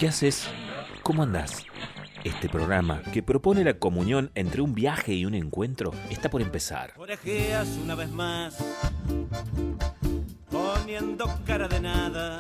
¿Qué haces? ¿Cómo andás? Este programa, que propone la comunión entre un viaje y un encuentro, está por empezar. Orejeas una vez más, poniendo cara de nada.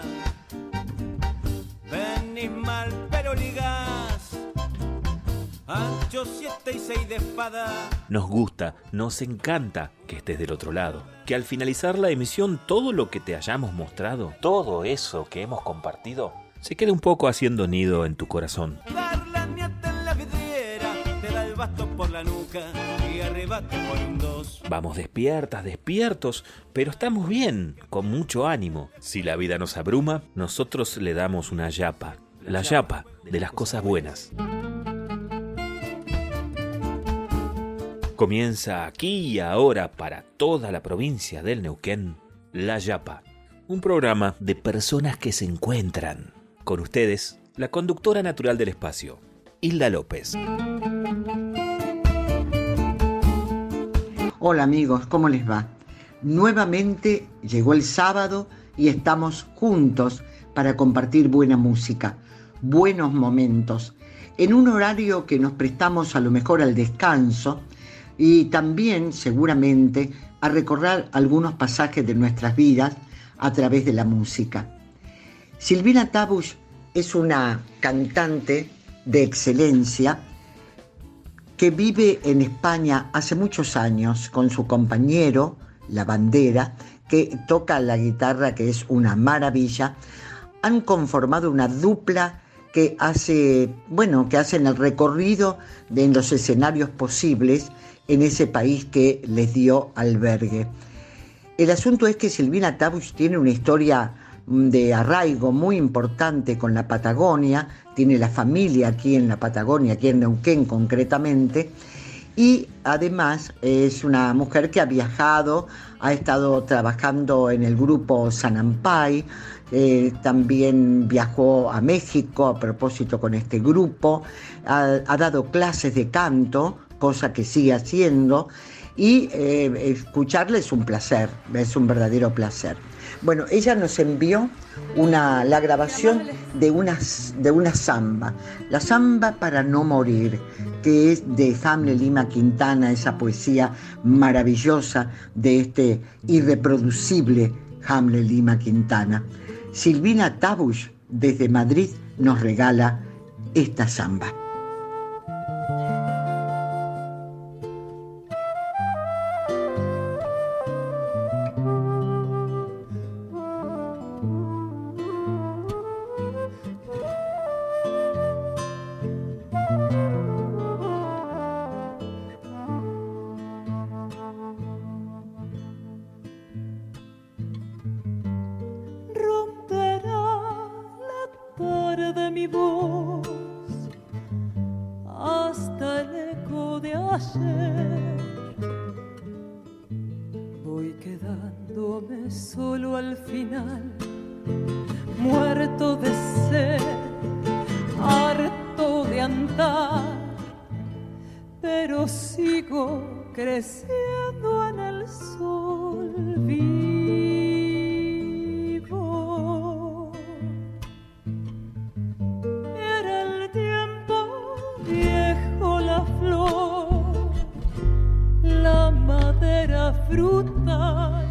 Venís mal pero ligás, ancho 7 y 6 de espada. Nos gusta, nos encanta que estés del otro lado. Que al finalizar la emisión todo lo que te hayamos mostrado, todo eso que hemos compartido, se quede un poco haciendo nido en tu corazón. Dar la nieta en la vidriera, te da el basto por la nuca y arrebate por un 2. Vamos despiertas, despiertos, pero estamos bien, con mucho ánimo. Si la vida nos abruma, nosotros le damos una yapa. La yapa de las cosas buenas. Comienza aquí y ahora para toda la provincia del Neuquén, La Yapa, un programa de personas que se encuentran. Con ustedes, la conductora natural del espacio, Hilda López. Hola amigos, ¿cómo les va? Nuevamente llegó el sábado y estamos juntos para compartir buena música, buenos momentos, en un horario que nos prestamos a lo mejor al descanso y también seguramente a recordar algunos pasajes de nuestras vidas a través de la música. Silvina Tabush es una cantante de excelencia que vive en España hace muchos años con su compañero, La Bandera, que toca la guitarra, que es una maravilla. Han conformado una dupla que hacen el recorrido en los escenarios posibles en ese país que les dio albergue. El asunto es que Silvina Tabush tiene una historia de arraigo muy importante con la Patagonia, tiene la familia aquí en la Patagonia, aquí en Neuquén concretamente, y además es una mujer que ha viajado, ha estado trabajando en el grupo Sanampay, también viajó a México a propósito con este grupo, ha dado clases de canto, cosa que sigue haciendo, y escucharla es un placer, es un verdadero placer. Bueno, ella nos envió la grabación de una samba, la samba para no morir, que es de Hamle Lima Quintana, esa poesía maravillosa de este irreproducible Hamle Lima Quintana. Silvina Tabush desde Madrid nos regala esta samba. Voy quedándome solo al final, muerto de sed, harto de andar, pero sigo creciendo en el sol vivo. Era el tiempo viejo, la flor, la madera frutal.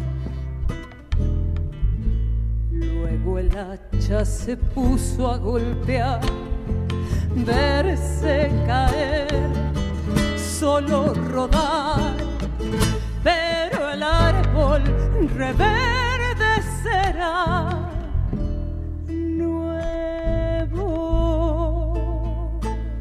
Luego el hacha se puso a golpear, verse caer, solo rodar, pero el árbol reverdecerá nuevo.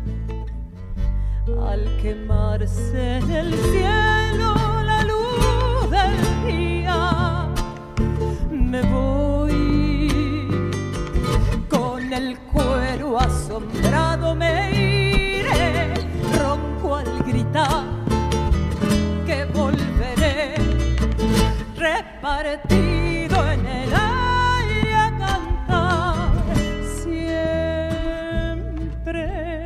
Al quemarse en el cielo la luz del día, me voy con el cuero asombrado, me iré ronco al gritar que volveré repartido en el aire a cantar siempre.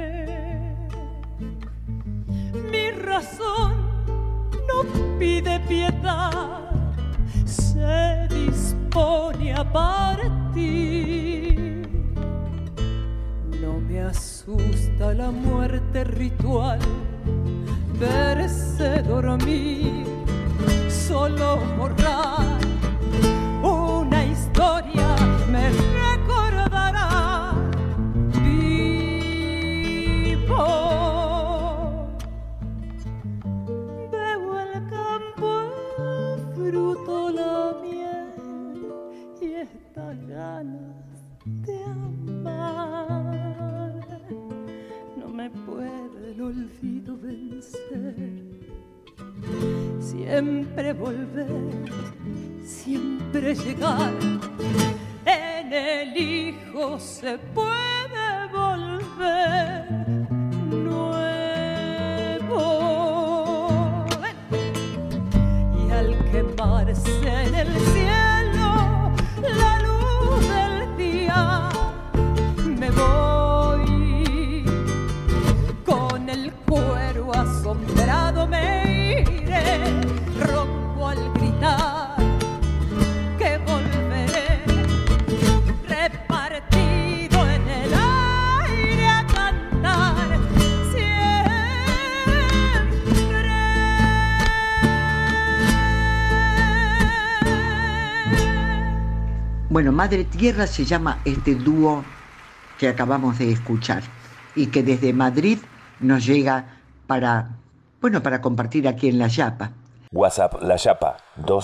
Mi razón no pide piedad, se dispone a partir. me asusta la muerte ritual, verse dormir, solo borrar una historia me recordará vivo. Veo el campo, el fruto, la miel y estas ganas de amar. No me puede el olvido vencer. Siempre volver, siempre llegar. En el hijo se puede volver nuevo. Y al quemarse en el cielo la luz del día, me voy con el cuero asombrado, me iré, rompo al gritar que volveré, repartido en el aire a cantar siempre. Bueno, Madre Tierra se llama este dúo que acabamos de escuchar y que desde Madrid nos llega para compartir aquí en La Yapa. WhatsApp La Yapa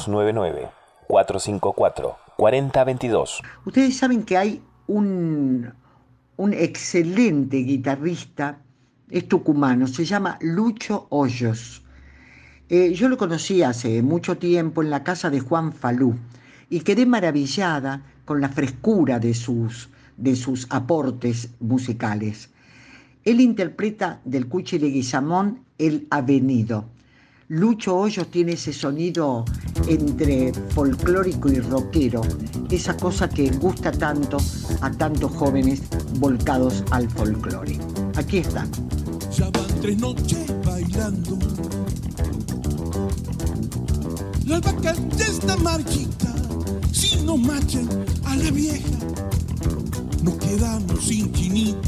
299-454-4022. Ustedes saben que hay un excelente guitarrista, es tucumano, se llama Lucho Hoyos. Yo lo conocí hace mucho tiempo en la casa de Juan Falú y quedé maravillada con la frescura de sus aportes musicales. Él interpreta del Cuchi Leguizamón El Avenido. Lucho Hoyos tiene ese sonido entre folclórico y rockero, esa cosa que gusta tanto a tantos jóvenes volcados al folclore. Aquí está. Ya van 3 noches bailando, la albahaca ya está marchita, si no machan a la vieja, nos quedamos sin chinita.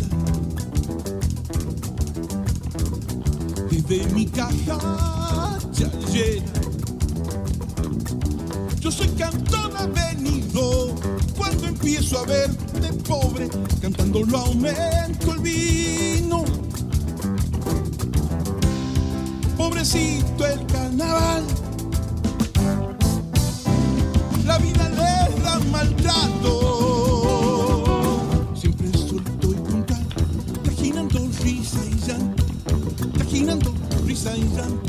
Desde mi caja ya llena, yo soy cantor avenido, cuando empiezo a ver de pobre, cantando lo aumento el vino. Pobrecito el carnaval, la vida le da maltrato, siempre suelto y puntal, trajinando risa y llanto, trajinando risa y llanto.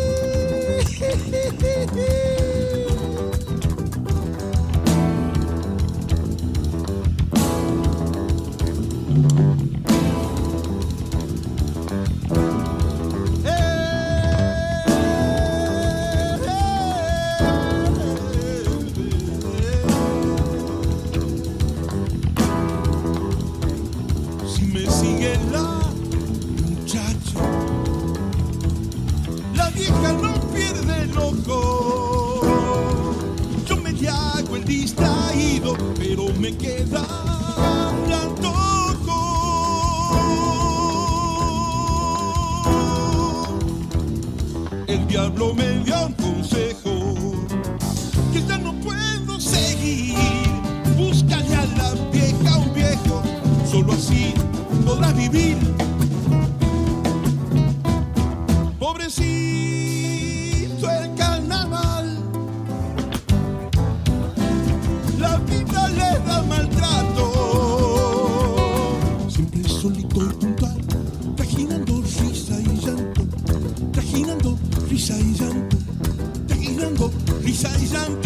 Me queda el antojo. El diablo me dio un consejo, que ya no puedo seguir. Búscale a la vieja un viejo, solo así podrás vivir. Pobrecito el carnaval, la vida le da maltrato, siempre solito y puntual, trajinando risa y llanto, trajinando risa y llanto, trajinando risa y llanto.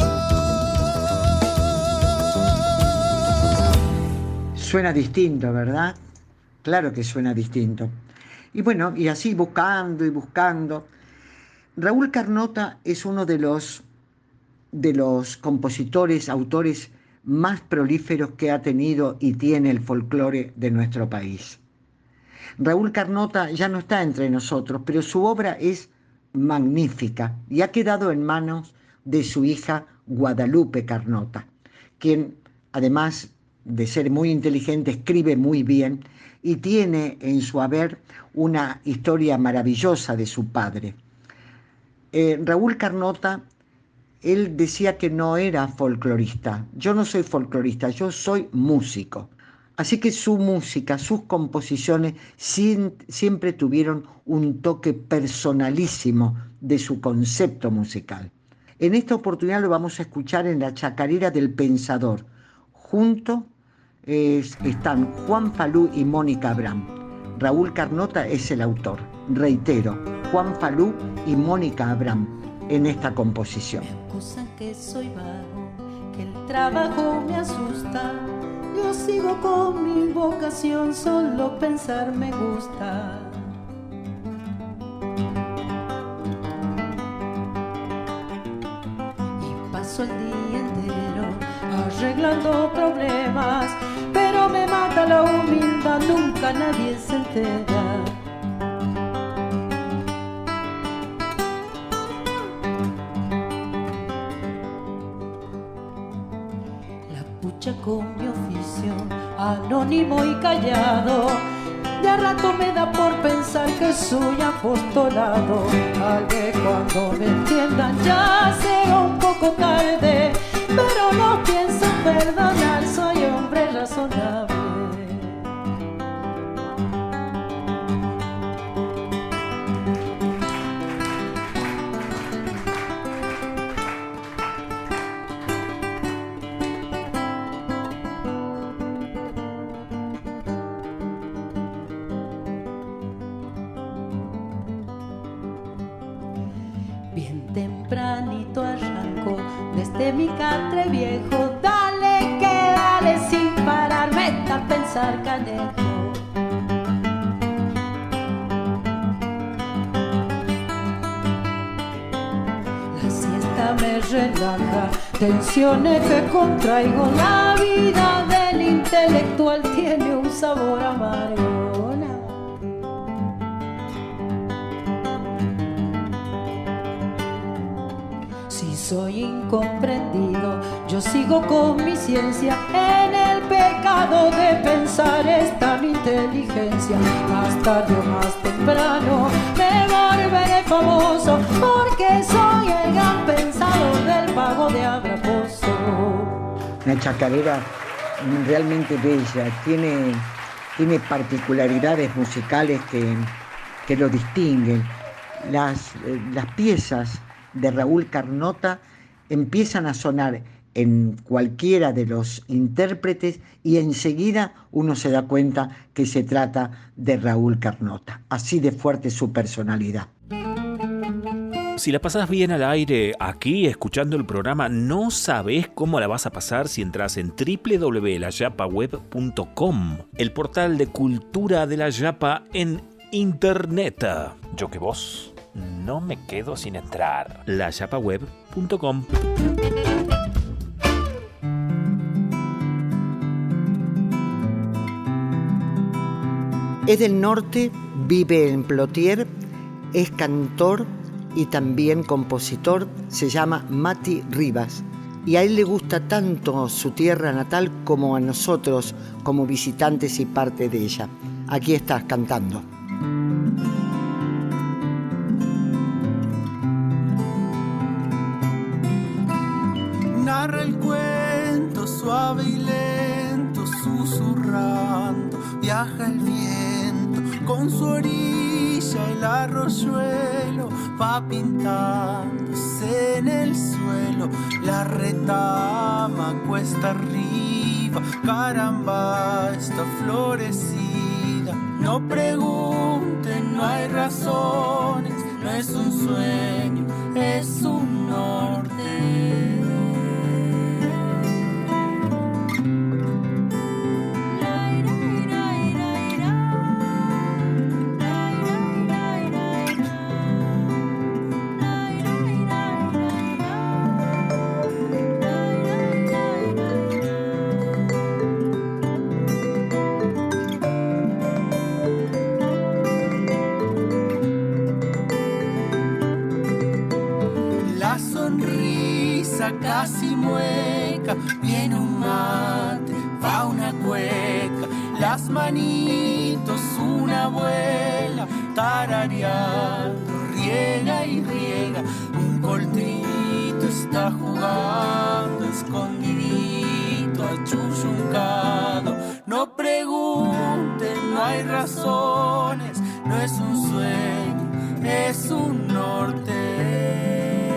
Suena distinto, ¿verdad? Claro que suena distinto. Y bueno, y así buscando y buscando. Raúl Carnota es uno de los compositores, autores más prolíferos que ha tenido y tiene el folclore de nuestro país. Raúl Carnota ya no está entre nosotros, pero su obra es magnífica y ha quedado en manos de su hija Guadalupe Carnota, quien además de ser muy inteligente, escribe muy bien y tiene en su haber una historia maravillosa de su padre. Raúl Carnota, él decía que no era folclorista. Yo no soy folclorista, yo soy músico. Así que su música, sus composiciones siempre tuvieron un toque personalísimo de su concepto musical. En esta oportunidad lo vamos a escuchar en la Chacarera del Pensador. Juntos están Juan Falú y Mónica Abraham. Raúl Carnota es el autor. Reitero, Juan Falú y Mónica Abraham en esta composición. Me acusan que soy vago, que el trabajo me asusta. Yo sigo con mi vocación, solo pensar me gusta. Y paso el día entero arreglando problemas, pero me mata la humildad, nunca nadie se entera. Con mi oficio anónimo y callado, de a rato me da por pensar que soy apostolado. Tal vez cuando me entiendan ya sea un poco tarde, pero no pienso perdonar, soy hombre razonable. Tempranito arranco desde mi catre viejo, dale que dale sin parar, vete a pensar canejo. La siesta me relaja, tensiones que contraigo, la vida del intelectual tiene un sabor amargo. Soy incomprendido, yo sigo con mi ciencia, en el pecado de pensar está mi inteligencia. Más tarde o más temprano me volveré famoso, porque soy el gran pensador del pago de Abraposo. Una chacarera realmente bella, tiene particularidades musicales que lo distinguen. Las piezas de Raúl Carnota empiezan a sonar en cualquiera de los intérpretes y enseguida uno se da cuenta que se trata de Raúl Carnota. Así de fuerte su personalidad. Si la pasás bien al aire aquí escuchando el programa, no sabés cómo la vas a pasar si entras en www.layapaweb.com, el portal de cultura de la Yapa en internet. Yo que vos no me quedo sin entrar. layapaweb.com. Es del norte, vive en Plotier, es cantor y también compositor, se llama Mati Rivas. Y a él le gusta tanto su tierra natal como a nosotros como visitantes y parte de ella. Aquí estás cantando. Narra el cuento suave y lento, susurrando, viaja el viento con su orilla, el arroyuelo va pintándose en el suelo, la retama cuesta arriba, caramba está florecida. No pregunten, no hay razones, no es un sueño, es un norte. Casi mueca, viene un mate, va una nietos, una abuela tarareando, riega y riega. Un coltrito está jugando escondidito, achuchuncado. No pregunten, no hay razones, no es un sueño, es un norte.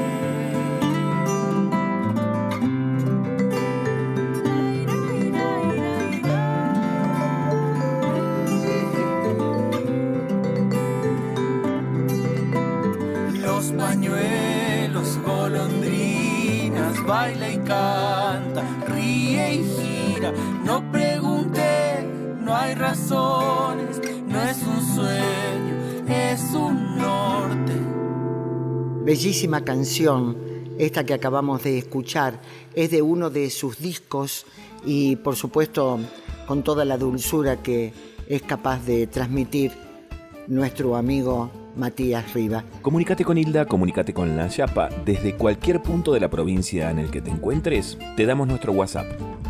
Los pañuelos, golondrinas, baila y canta, ríe y gira. No pregunté, no hay razones, no es un sueño, es un norte. Bellísima canción, esta que acabamos de escuchar, es de uno de sus discos y por supuesto con toda la dulzura que es capaz de transmitir nuestro amigo Matías Riva. Comunícate con Hilda, comunícate con La Yapa. Desde cualquier punto de la provincia en el que te encuentres, te damos nuestro WhatsApp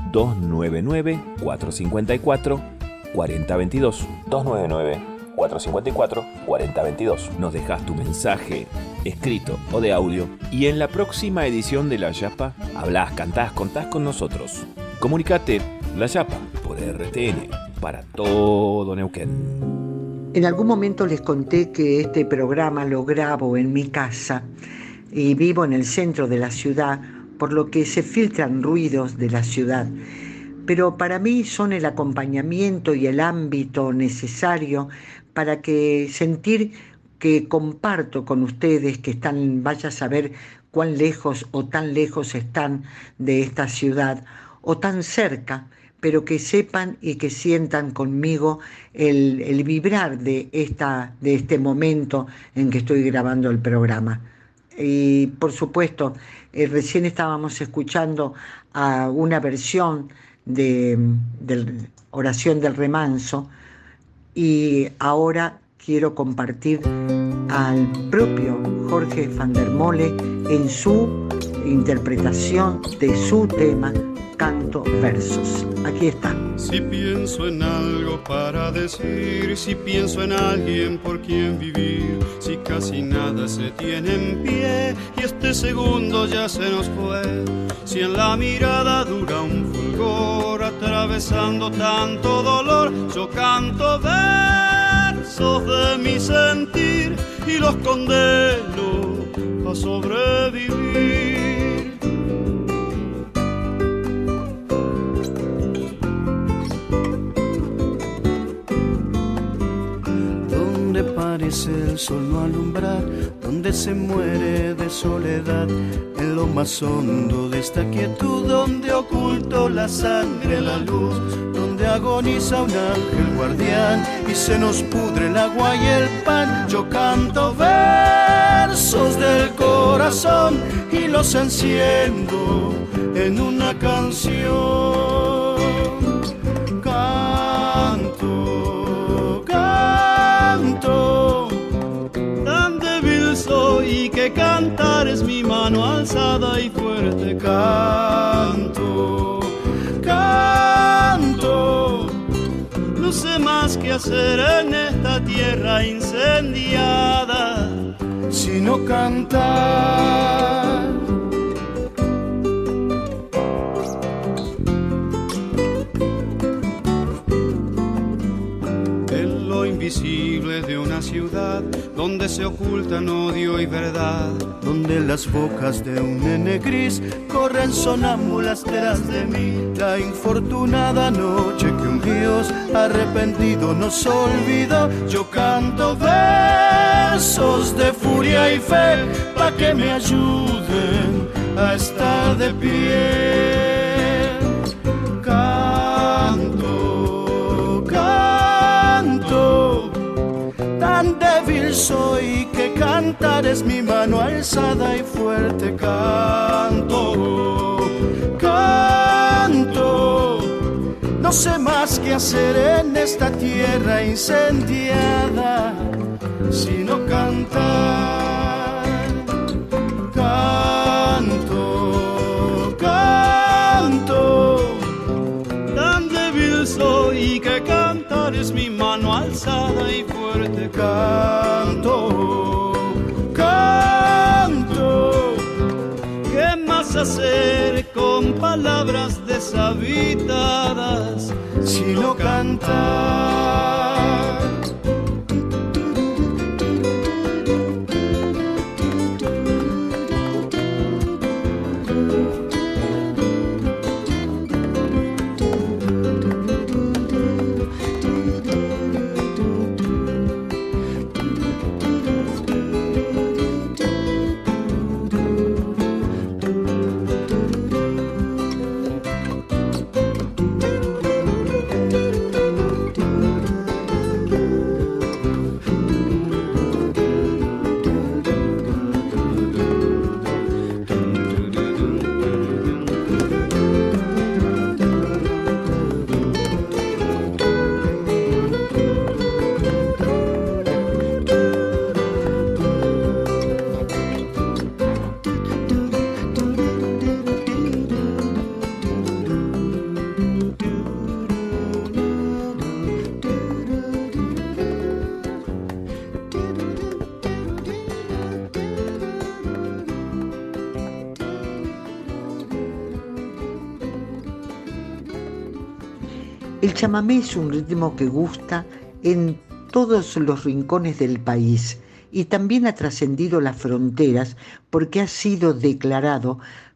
299-454-4022. 299-454-4022. Nos dejas tu mensaje escrito o de audio y en la próxima edición de La Yapa hablás, cantás, contás con nosotros. Comunícate, La Yapa, por RTN, para todo Neuquén. En algún momento les conté que este programa lo grabo en mi casa y vivo en el centro de la ciudad, por lo que se filtran ruidos de la ciudad. Pero para mí son el acompañamiento y el ámbito necesario para que sentir que comparto con ustedes que están, vaya a saber cuán lejos o tan lejos están de esta ciudad o tan cerca, pero que sepan y que sientan conmigo el vibrar de este momento en que estoy grabando el programa. Y por supuesto, recién estábamos escuchando a una versión de Oración del Remanso y ahora quiero compartir al propio Jorge van der Mole en su interpretación de su tema Canto Versos. Aquí está. Si pienso en algo para decir, si pienso en alguien por quien vivir, si casi nada se tiene en pie y este segundo ya se nos fue, si en la mirada dura un fulgor atravesando tanto dolor, yo canto versos de mi sentir y los condeno a sobrevivir. Parece el sol no alumbrar, donde se muere de soledad, en lo más hondo de esta quietud, donde oculto la sangre, la luz, donde agoniza un ángel guardián y se nos pudre el agua y el pan. Yo canto versos del corazón y los enciendo en una canción. Tan débil soy que cantar es mi mano alzada y fuerte. Canto, no sé más que hacer en esta tierra incendiada, sino cantar. Invisible de una ciudad donde se ocultan odio y verdad, donde las bocas de un nene gris corren sonámbulas tras de mí. La infortunada noche que un Dios arrepentido nos olvidó, yo canto versos de furia y fe pa' que me ayuden a estar de pie. Tan débil soy que cantar es mi mano alzada y fuerte. Canto, no sé más que hacer en esta tierra incendiada, sino cantar. Canto, tan débil soy que cantar es mi mano alzada y fuerte canto, canto. ¿Qué más hacer con palabras deshabitadas sino cantar? El chamamé es un ritmo que gusta en todos los rincones del país y también ha trascendido las fronteras porque ha sido declarado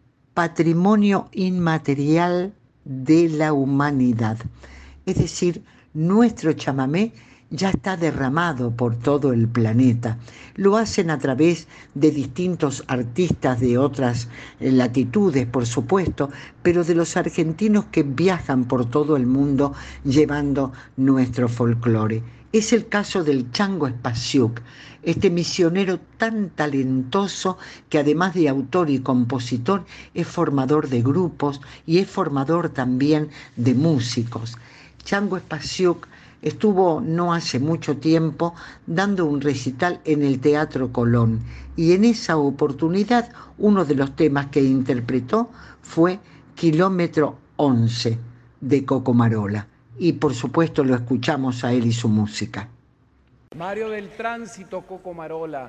Patrimonio Inmaterial de la Humanidad. Es decir, nuestro chamamé ya está derramado por todo el planeta. Lo hacen a través de distintos artistas de otras latitudes, por supuesto, pero de los argentinos que viajan por todo el mundo llevando nuestro folclore. Es el caso del Chango Espasiuk, este misionero tan talentoso que además de autor y compositor es formador de grupos y es formador también de músicos. Chango Espasiuk estuvo no hace mucho tiempo dando un recital en el Teatro Colón y en esa oportunidad uno de los temas que interpretó fue Kilómetro 11 de Coco Marola y por supuesto lo escuchamos a él y su música. Mario del Tránsito, Coco Marola.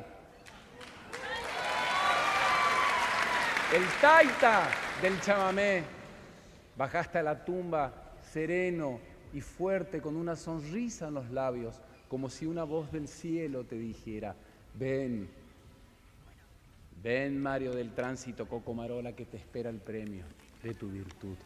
El taita del chamamé. Bajaste a la tumba sereno y fuerte con una sonrisa en los labios, como si una voz del cielo te dijera: ven, ven Mario del Tránsito, Coco Marola, que te espera el premio de tu virtud.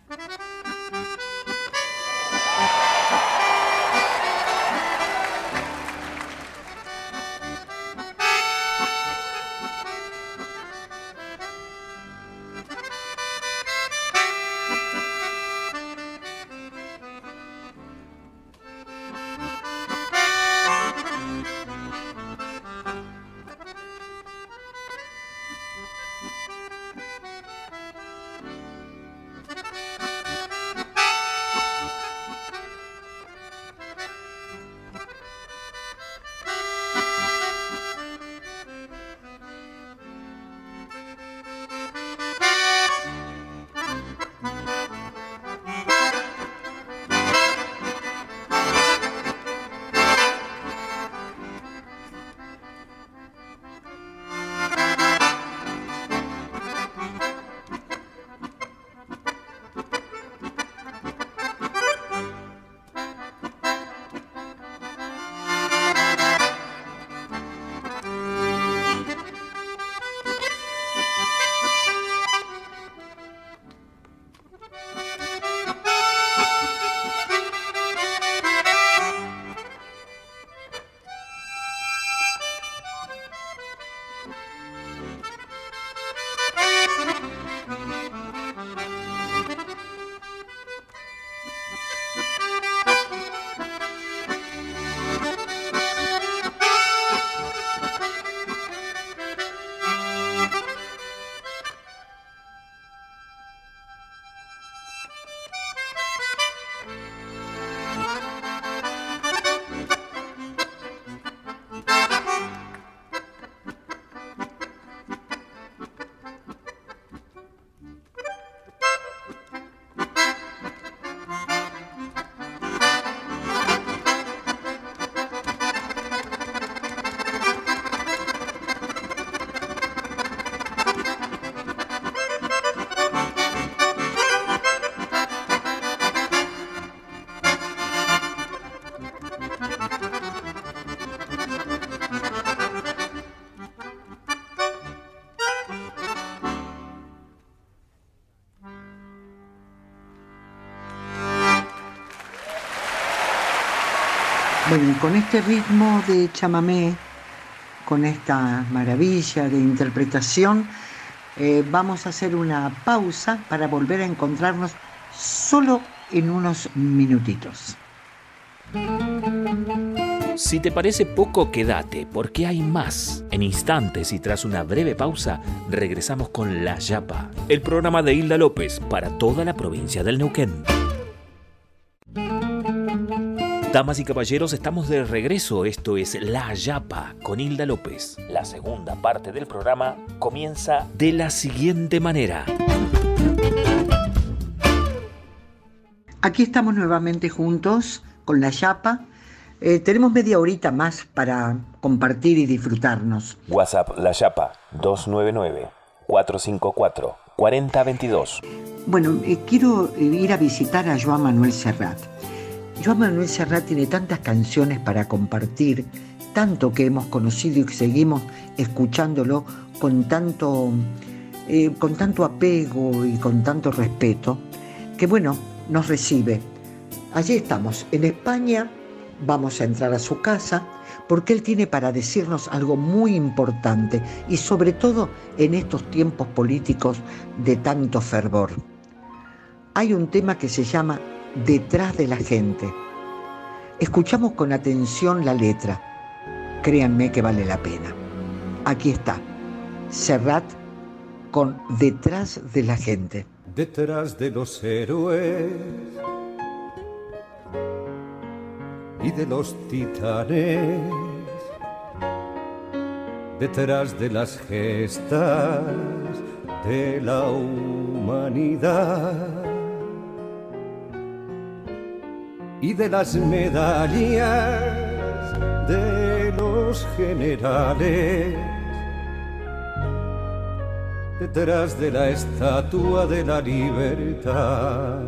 Bueno, y con este ritmo de chamamé, con esta maravilla de interpretación, vamos a hacer una pausa para volver a encontrarnos solo en unos minutitos. Si te parece poco, quédate, porque hay más. En instantes y tras una breve pausa, regresamos con La Yapa, el programa de Hilda López para toda la provincia del Neuquén. Damas y caballeros, estamos de regreso. Esto es La Yapa con Hilda López. La segunda parte del programa comienza de la siguiente manera. Aquí estamos nuevamente juntos con La Yapa. Tenemos media horita más para compartir y disfrutarnos. WhatsApp La Yapa 299-454-4022. Bueno, quiero ir a visitar a Joan Manuel Serrat. Joan Manuel Serrat tiene tantas canciones para compartir, tanto que hemos conocido y que seguimos escuchándolo con tanto apego y con tanto respeto, que bueno, nos recibe. Allí estamos, en España. Vamos a entrar a su casa porque él tiene para decirnos algo muy importante y sobre todo en estos tiempos políticos de tanto fervor. Hay un tema que se llama Detrás de la gente. Escuchamos con atención la letra. Créanme que vale la pena. Aquí está, Serrat con Detrás de la gente. Detrás de los héroes y de los titanes, detrás de las gestas de la humanidad y de las medallas de los generales, detrás de la estatua de la libertad,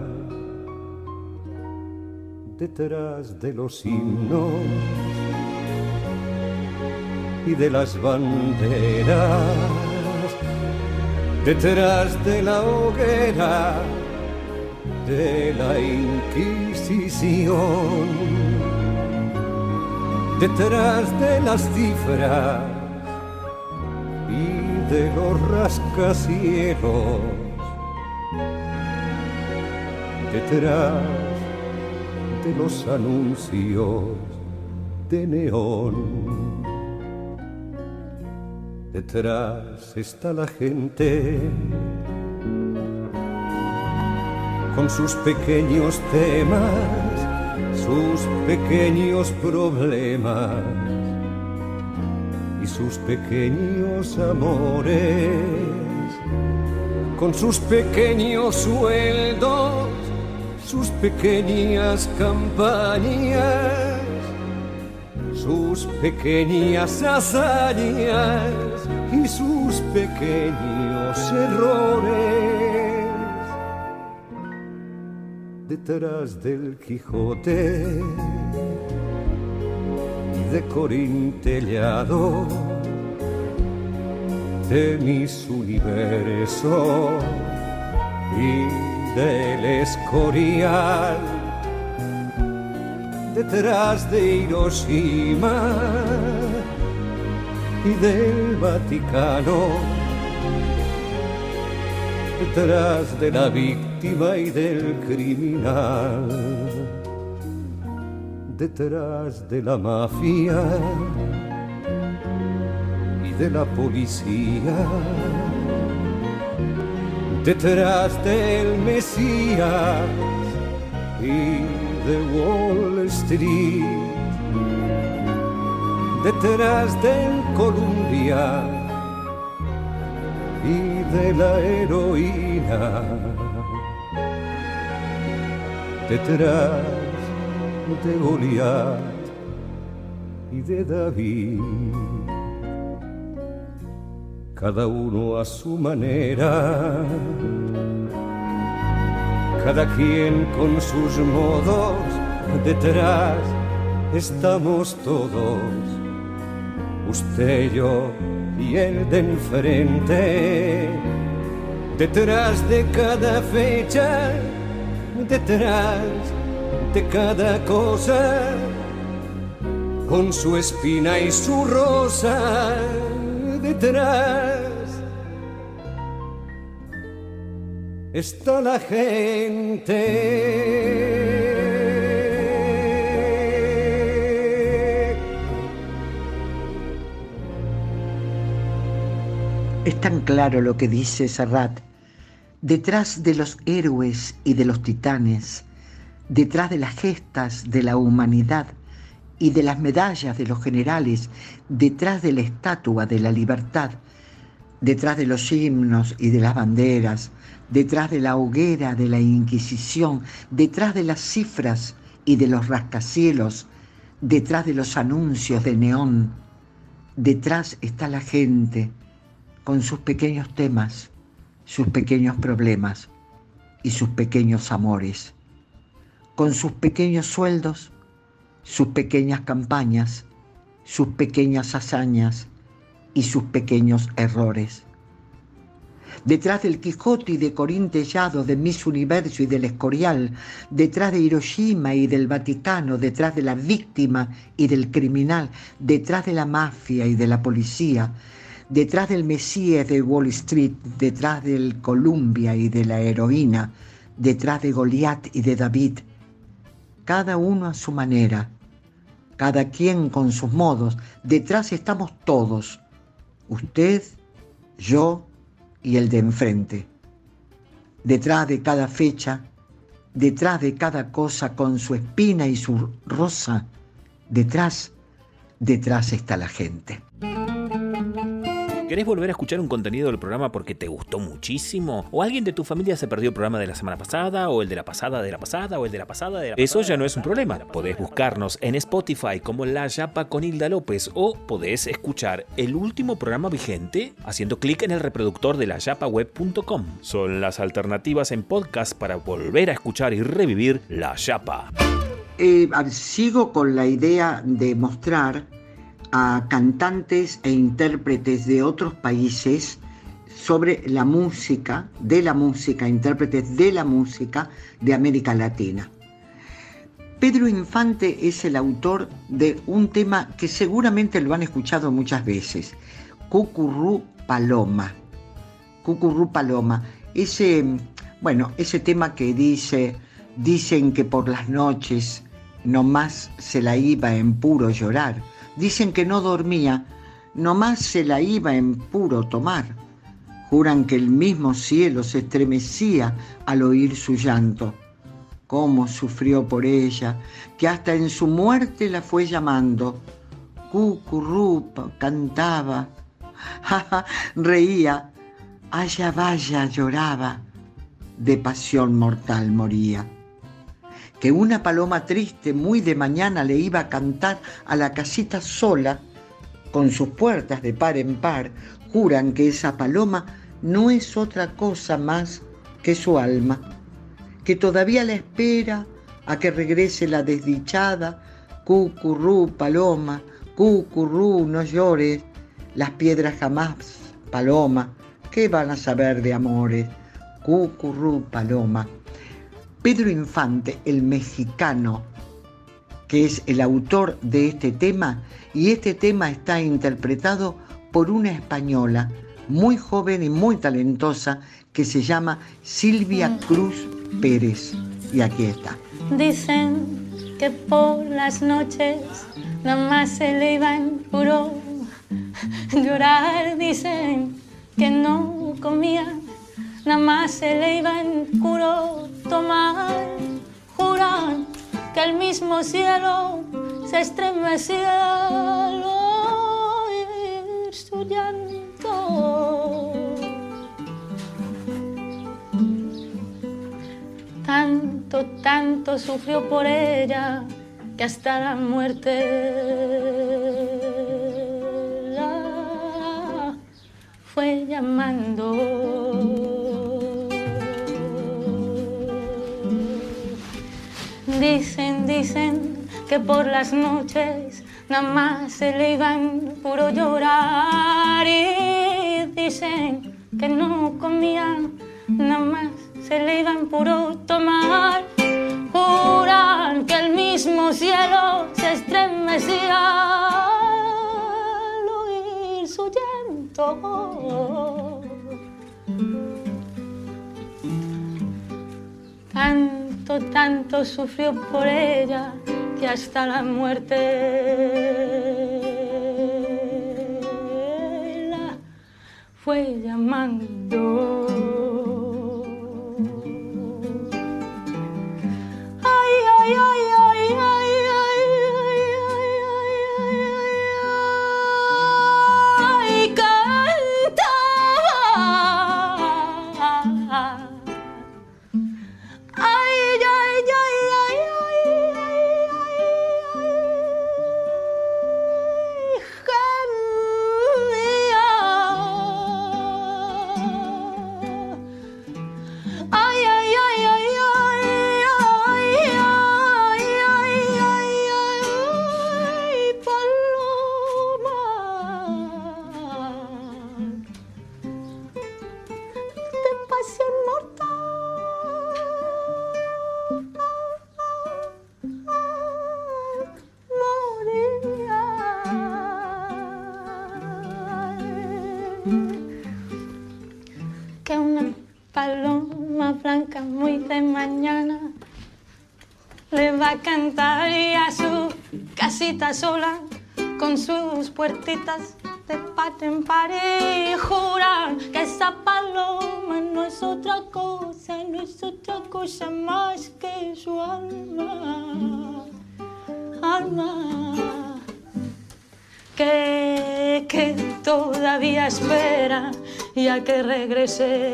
detrás de los himnos y de las banderas, detrás de la hoguera de la Inquisición, detrás de las cifras y de los rascacielos, detrás de los anuncios de neón, detrás está la gente con sus pequeños temas, sus pequeños problemas y sus pequeños amores, con sus pequeños sueldos, sus pequeñas campañas, sus pequeñas hazañas y sus pequeños errores. Detrás del Quijote y de Corintellado, de mis universos y del Escorial, detrás de Hiroshima y del Vaticano, detrás de la víctima y del criminal, detrás de la mafia y de la policía, detrás del Mesías y de Wall Street, detrás del Columbia y de la heroína, detrás de Goliat y de David, cada uno a su manera, cada quien con sus modos, detrás estamos todos, usted, yo y el de enfrente, detrás de cada fecha, detrás de cada cosa, con su espina y su rosa detrás. Está la gente. Es tan claro lo que dice Serrat. Detrás de los héroes y de los titanes, detrás de las gestas de la humanidad y de las medallas de los generales, detrás de la estatua de la libertad, detrás de los himnos y de las banderas, detrás de la hoguera de la Inquisición, detrás de las cifras y de los rascacielos, detrás de los anuncios de neón, detrás está la gente con sus pequeños temas, sus pequeños problemas y sus pequeños amores, con sus pequeños sueldos, sus pequeñas campañas, sus pequeñas hazañas y sus pequeños errores. Detrás del Quijote y de Corín Tellado, de Miss Universo y del Escorial, detrás de Hiroshima y del Vaticano, detrás de la víctima y del criminal, detrás de la mafia y de la policía, detrás del Mesías de Wall Street, detrás del Columbia y de la heroína, detrás de Goliat y de David, cada uno a su manera, cada quien con sus modos, detrás estamos todos, usted, yo y el de enfrente. Detrás de cada fecha, detrás de cada cosa con su espina y su rosa, detrás está la gente. ¿Querés volver a escuchar un contenido del programa porque te gustó muchísimo? ¿O alguien de tu familia se perdió el programa de la semana pasada? ¿O el de la pasada de la pasada? ¿O el de la pasada de la pasada? Eso ya no es un problema. Podés buscarnos en Spotify como La Yapa con Hilda López, o podés escuchar el último programa vigente haciendo clic en el reproductor de layapaweb.com. Son las alternativas en podcast para volver a escuchar y revivir La Yapa. Sigo con la idea de mostrar a cantantes e intérpretes de otros países sobre la música, intérpretes de la música de América Latina. Pedro Infante es el autor de un tema que seguramente lo han escuchado muchas veces, Cucurrú Paloma. Cucurrú Paloma, ese tema que dicen que por las noches nomás se la iba en puro llorar. Dicen que no dormía, nomás se la iba en puro tomar. Juran que el mismo cielo se estremecía al oír su llanto. Cómo sufrió por ella, que hasta en su muerte la fue llamando. Cucurrupa cantaba, reía, allá vaya lloraba, de pasión mortal moría. Que una paloma triste muy de mañana le iba a cantar a la casita sola, con sus puertas de par en par, juran que esa paloma no es otra cosa más que su alma, que todavía la espera a que regrese la desdichada. Cucurrú, paloma, cucurrú, no llores, las piedras jamás, paloma, ¿qué van a saber de amores? Cucurrú, paloma. Pedro Infante, el mexicano, que es el autor de este tema, y este tema está interpretado por una española muy joven y muy talentosa que se llama Silvia Cruz Pérez. Y aquí está. Dicen que por las noches nada más se le iba en puro llorar. Dicen que no comía, nada más se le iba en puro tomar. Juran que el mismo cielo se estremecía al oír su llanto. Tanto sufrió por ella que hasta la muerte la fue llamando. Dicen que por las noches nada más se le iban puro llorar, y dicen que no comía, nada más se le iban puro tomar. Juran que el mismo cielo se estremecía corazón. Tanto, tanto sufrió por ella que hasta la muerte la fue llamando. Ay, ay, ay, ay, ay, ay, ay, ay, ay, cantaba. Ay, ay, ay, ay, ay, ay, gemía. Ay, ay, ay, ay, ay, ay, ay, ay, ay, paloma de pasión mortal. Que una paloma blanca muy de mañana le va a cantar y a su casita sola con sus puertitas de par en par y jurar que esa paloma no es otra cosa, no es otra cosa más que su alma, alma. Que todavía espera y a que regrese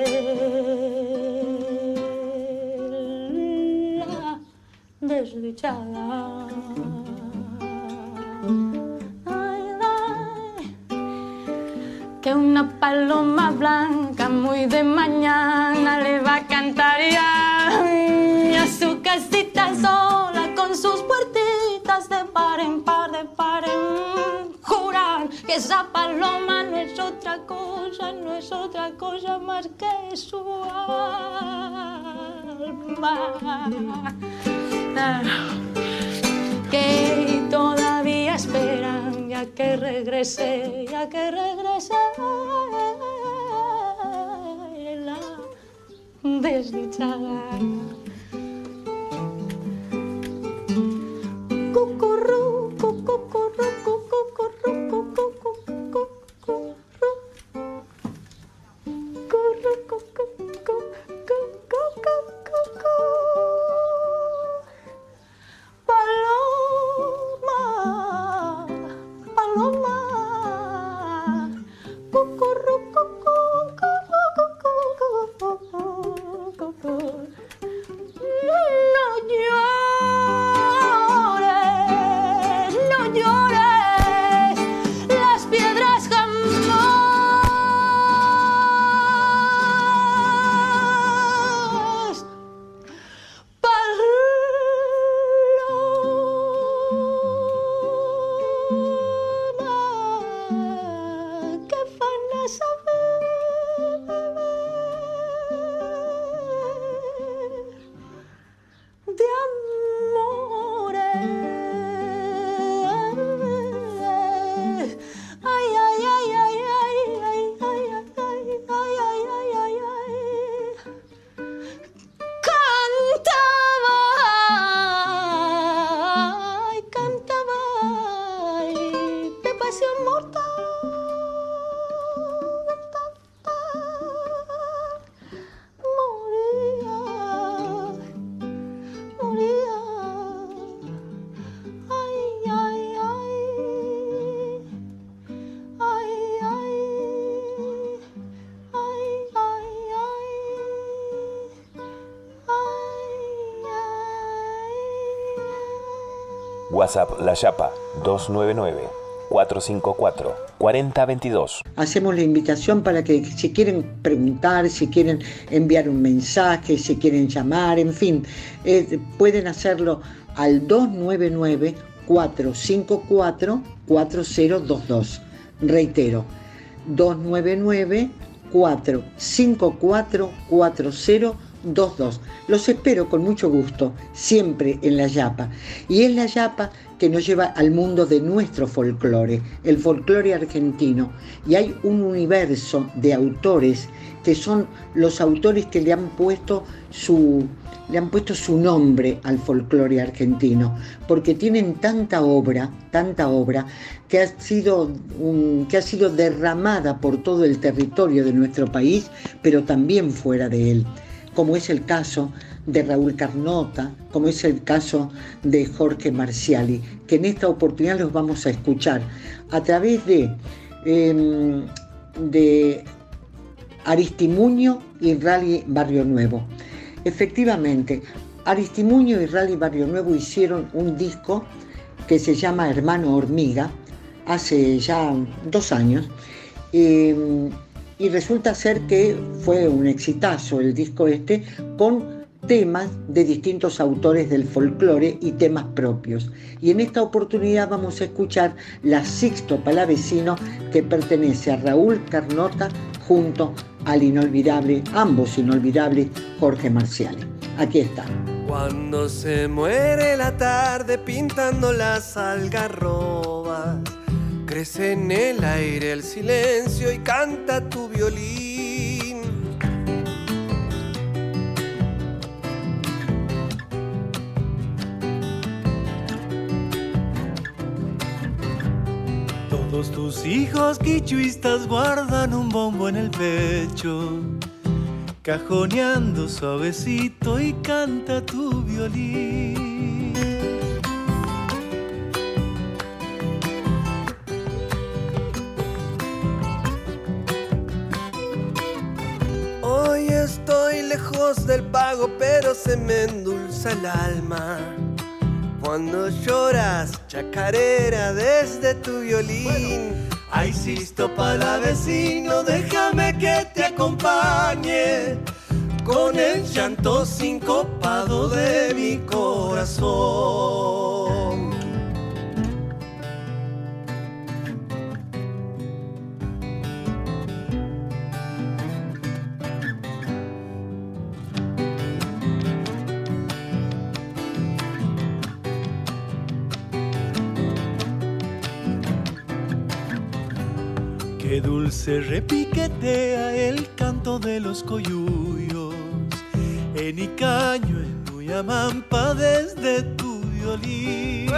la desdichada. Ay, ay, que una paloma blanca muy de mañana le va a cantar y a su casita sola con sus puertitas de par en par, de par en jurar que esa paloma no es otra cosa, no es otra cosa más que su alma. Que todavía esperan ya que regrese, ya que regrese la desdichada. Cucurru, cucurru, cucurru, cucurru, paloma, paloma, cucurru, no llores, no llores, las piedras jamás. Paloma, que van a saber de amores. Ay, ay, ay, ay, ay, ay, ay, ay, ay, ay, ay, ay, ay. Cantaba, ay, cantaba, ay, de pasión mortal. Moría, moría. Ay, ay, ay, ay, ay, ay, ay, ay, WhatsApp La Yapa 299-454-4022. Hacemos la invitación para que si quieren preguntar, si quieren enviar un mensaje, si quieren llamar, en fin, pueden hacerlo al 299-454-4022. Reitero, 299-454-4022. 22. Los espero con mucho gusto, siempre en La Yapa. Y es La Yapa que nos lleva al mundo de nuestro folclore, el folclore argentino. Y hay un universo de autores que son los autores que le han puesto su nombre al folclore argentino, porque tienen tanta obra que ha sido derramada por todo el territorio de nuestro país, pero también fuera de él, como es el caso de Raúl Carnota, como es el caso de Jorge Marciali, que en esta oportunidad los vamos a escuchar a través de Aristimuño y Rally Barrio Nuevo. Efectivamente, Aristimuño y Rally Barrio Nuevo hicieron un disco que se llama Hermano Hormiga hace ya 2 años y resulta ser que fue un exitazo el disco con temas de distintos autores del folclore y temas propios. Y en esta oportunidad vamos a escuchar La Sixto Palavecino, que pertenece a Raúl Carnota junto al inolvidable, ambos inolvidables, Jorge Marciali. Aquí está. Cuando se muere la tarde pintando las algarrobas, crece en el aire el silencio y canta tu violín. Todos tus hijos quichuistas guardan un bombo en el pecho, cajoneando suavecito y canta tu violín. Hoy estoy lejos del pago, pero se me endulza el alma cuando lloras chacarera desde tu violín. Ay, Sisto Palavecino, déjame que te acompañe con el llanto sincopado de mi corazón. Qué dulce repiquetea el canto de los coyuyos en Icaño, en Muyamampa, desde tu violín.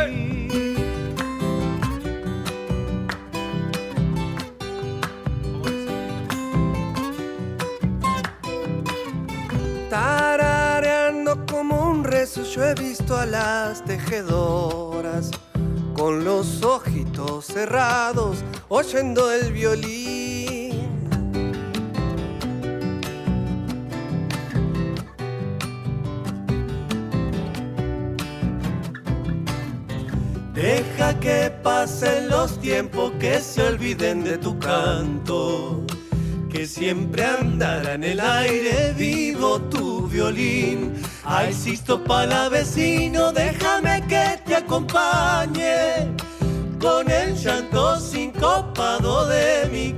Tarareando como un rezo, yo he visto a las tejedoras con los ojitos cerrados, oyendo el violín. Deja que pasen los tiempos, que se olviden de tu canto, que siempre andará en el aire vivo tu violín. Ay, Sisto Palavecino, déjame que te acompañe con el llanto sincopado de mi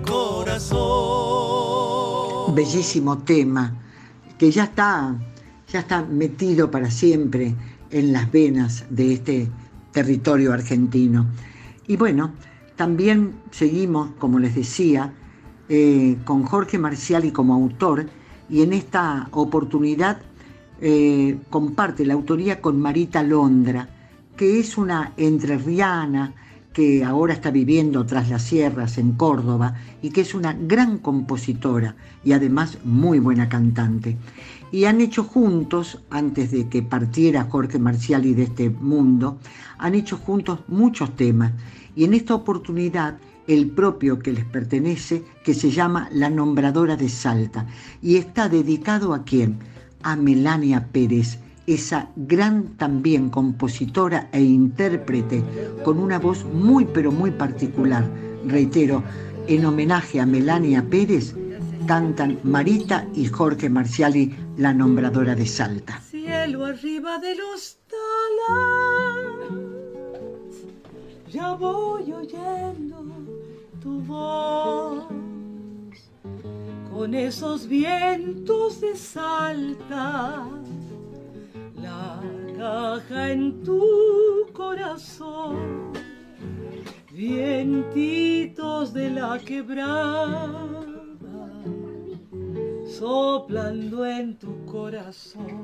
corazón. Bellísimo tema que ya está metido para siempre en las venas de este territorio argentino. Y bueno, también seguimos, como les decía, con Jorge Marciali como autor, y en esta oportunidad comparte la autoría con Marita Londra, que es una entrerriana que ahora está viviendo tras las sierras en Córdoba y que es una gran compositora y además muy buena cantante. Y han hecho juntos, antes de que partiera Jorge Marciali de este mundo, han hecho juntos muchos temas, y en esta oportunidad el propio que les pertenece, que se llama La Nombradora de Salta, y está dedicado ¿a quién? A Melania Pérez, esa gran también compositora e intérprete con una voz muy pero muy particular. Reitero, en homenaje a Melania Pérez cantan Marita y Jorge Marciali La Nombradora de Salta. Cielo arriba de los talas, ya voy oyendo tu voz, con esos vientos de Salta, la caja en tu corazón, vientitos de la quebrada, soplando en tu corazón,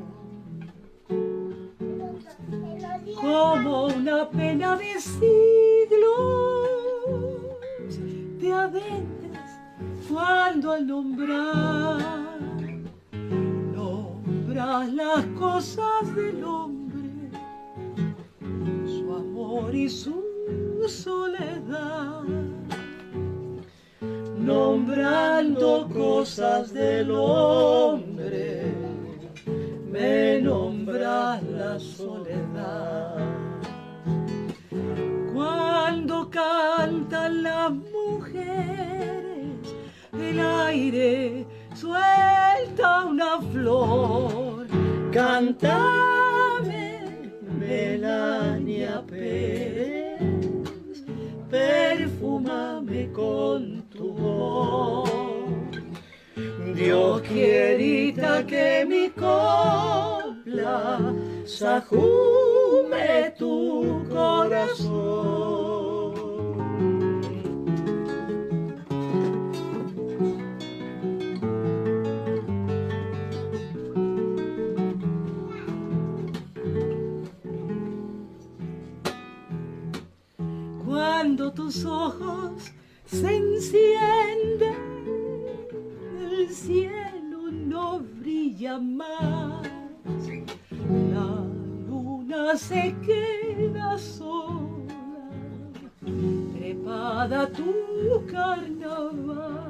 como una pena de siglos, te adentras cuando al nombras las cosas del hombre, su amor y su soledad, nombrando cosas del hombre, me nombras la soledad. Cuando cantan las mujeres, el aire suelta una flor. Cántame, Melania Pérez, perfúmame con tu voz. Dios quiera que mi copla sajume tu corazón. Cuando tus ojos se encienden, el cielo no brilla más, la luna se queda sola, trepada a tu carnaval.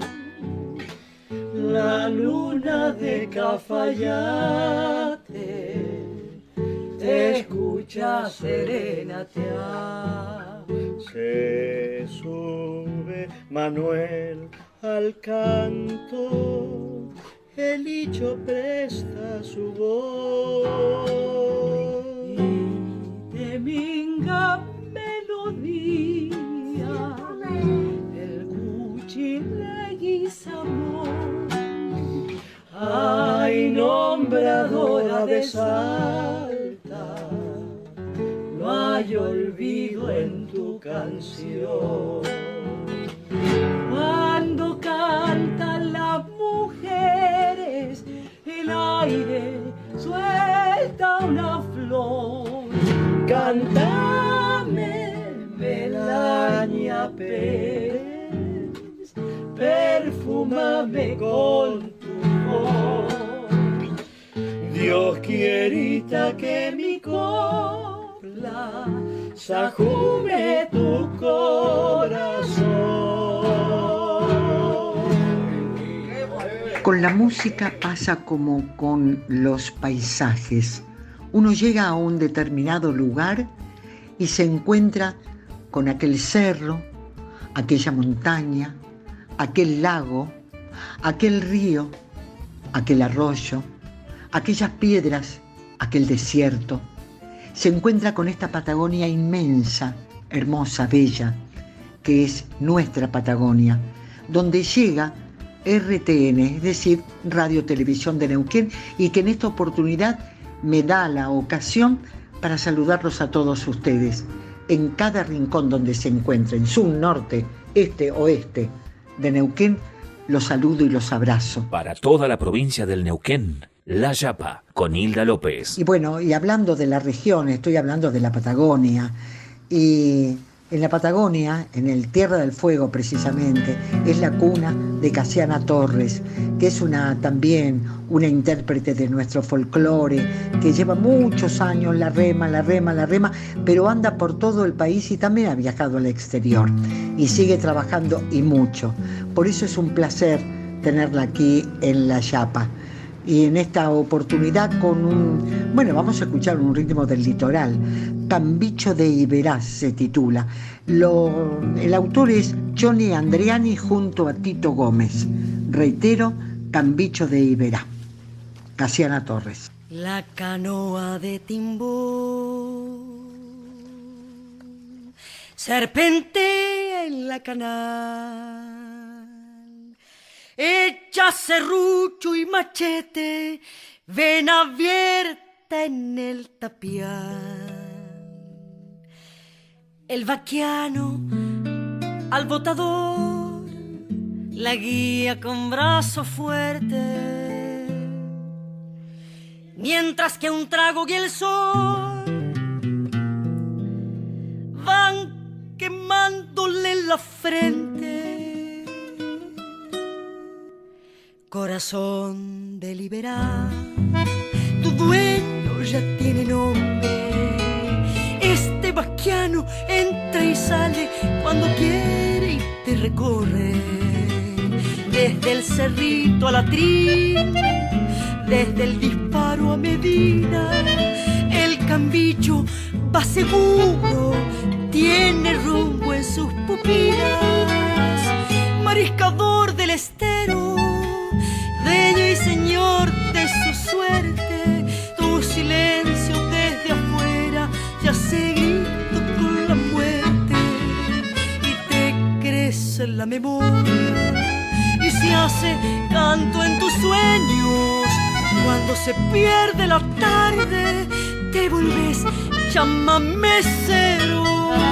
La luna de Cafayate te escucha serenatear. Se sube Manuel al canto, el licho presta su voz y de minga melodía el cuchile guisamón. Ay, nombradora de Salta, no hay olvido en tu canción. Cuando cantan las mujeres, el aire suelta una flor. Cántame, Melania Pérez, perfúmame con tu voz. Dios quiera que mi copla sajume tu corazón. Con la música pasa como con los paisajes. Uno llega a un determinado lugar y se encuentra con aquel cerro, aquella montaña, aquel lago, aquel río, aquel arroyo, aquellas piedras, aquel desierto. Se encuentra con esta Patagonia inmensa, hermosa, bella, que es nuestra Patagonia, donde llega RTN, es decir, Radio Televisión de Neuquén, y que en esta oportunidad me da la ocasión para saludarlos a todos ustedes, en cada rincón donde se encuentren, sur, norte, este, oeste de Neuquén, los saludo y los abrazo. Para toda la provincia del Neuquén, La Yapa, con Hilda López. Y bueno, y hablando de la región, estoy hablando de la Patagonia, y en la Patagonia, en el Tierra del Fuego precisamente, es la cuna de Casiana Torres, que es también una intérprete de nuestro folclore, que lleva muchos años la rema, pero anda por todo el país y también ha viajado al exterior y sigue trabajando y mucho. Por eso es un placer tenerla aquí en La Yapa. Y en esta oportunidad vamos a escuchar un ritmo del litoral. Cambicho de Iberá se titula. El autor es Johnny Andriani junto a Tito Gómez. Reitero, Cambicho de Iberá. Casiana Torres. La canoa de Timbó serpentea en la canal. Echa serrucho y machete, vena abierta en el tapial. El vaquiano al botador la guía con brazo fuerte, mientras que un trago y el sol van quemándole la frente. Corazón de liberar, tu dueño ya tiene nombre. Este vaquiano entra y sale cuando quiere y te recorre. Desde el Cerrito a la Trin, desde el Disparo a Medina, el Cambillo va seguro, tiene rumbo en sus pupilas. Mariscador del estero, dueño y señor de su suerte, tu silencio desde afuera ya se grito con la muerte y te crece en la memoria y se hace canto en tus sueños. Cuando se pierde la tarde te volves chamamecero.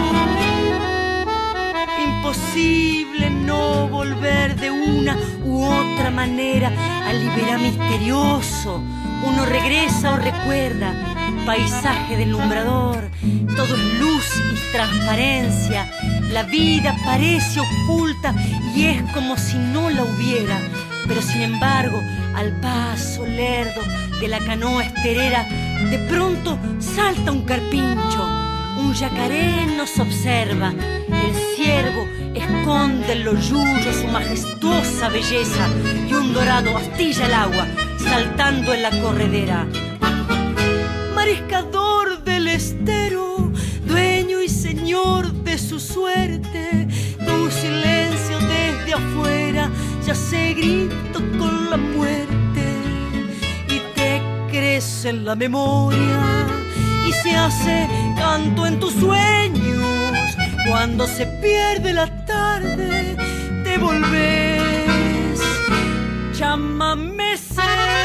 Imposible no volver de una u otra manera al liberar misterioso. Uno regresa o recuerda, paisaje deslumbrador, todo es luz y transparencia. La vida parece oculta y es como si no la hubiera. Pero sin embargo, al paso lerdo de la canoa esterera, de pronto salta un carpincho, un yacaré nos observa. El ciervo esconde en los yuyos su majestuosa belleza y un dorado astilla el agua, saltando en la corredera. Mariscador del estero, dueño y señor de su suerte, tu silencio desde afuera ya se grito con la muerte y te crece en la memoria y se hace canto en tus sueños. Cuando se pierde la tarde te volves chamamecero.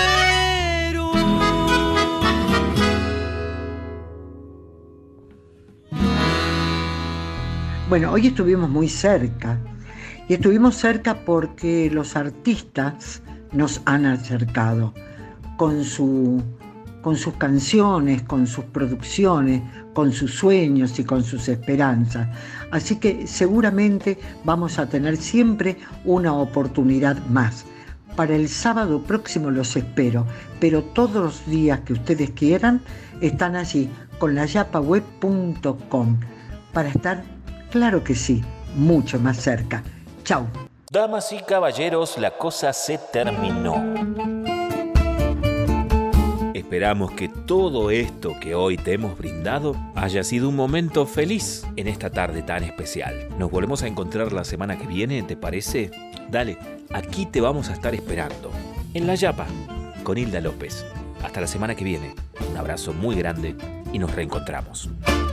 Bueno, hoy estuvimos muy cerca y estuvimos cerca porque los artistas nos han acercado con sus canciones, con sus producciones, con sus sueños y con sus esperanzas. Así que seguramente vamos a tener siempre una oportunidad más. Para el sábado próximo los espero, pero todos los días que ustedes quieran están allí con layapaweb.com para estar, claro que sí, mucho más cerca. Chau. Damas y caballeros, la cosa se terminó. Esperamos que todo esto que hoy te hemos brindado haya sido un momento feliz en esta tarde tan especial. Nos volvemos a encontrar la semana que viene, ¿te parece? Dale, aquí te vamos a estar esperando. En La Yapa, con Hilda López. Hasta la semana que viene. Un abrazo muy grande y nos reencontramos.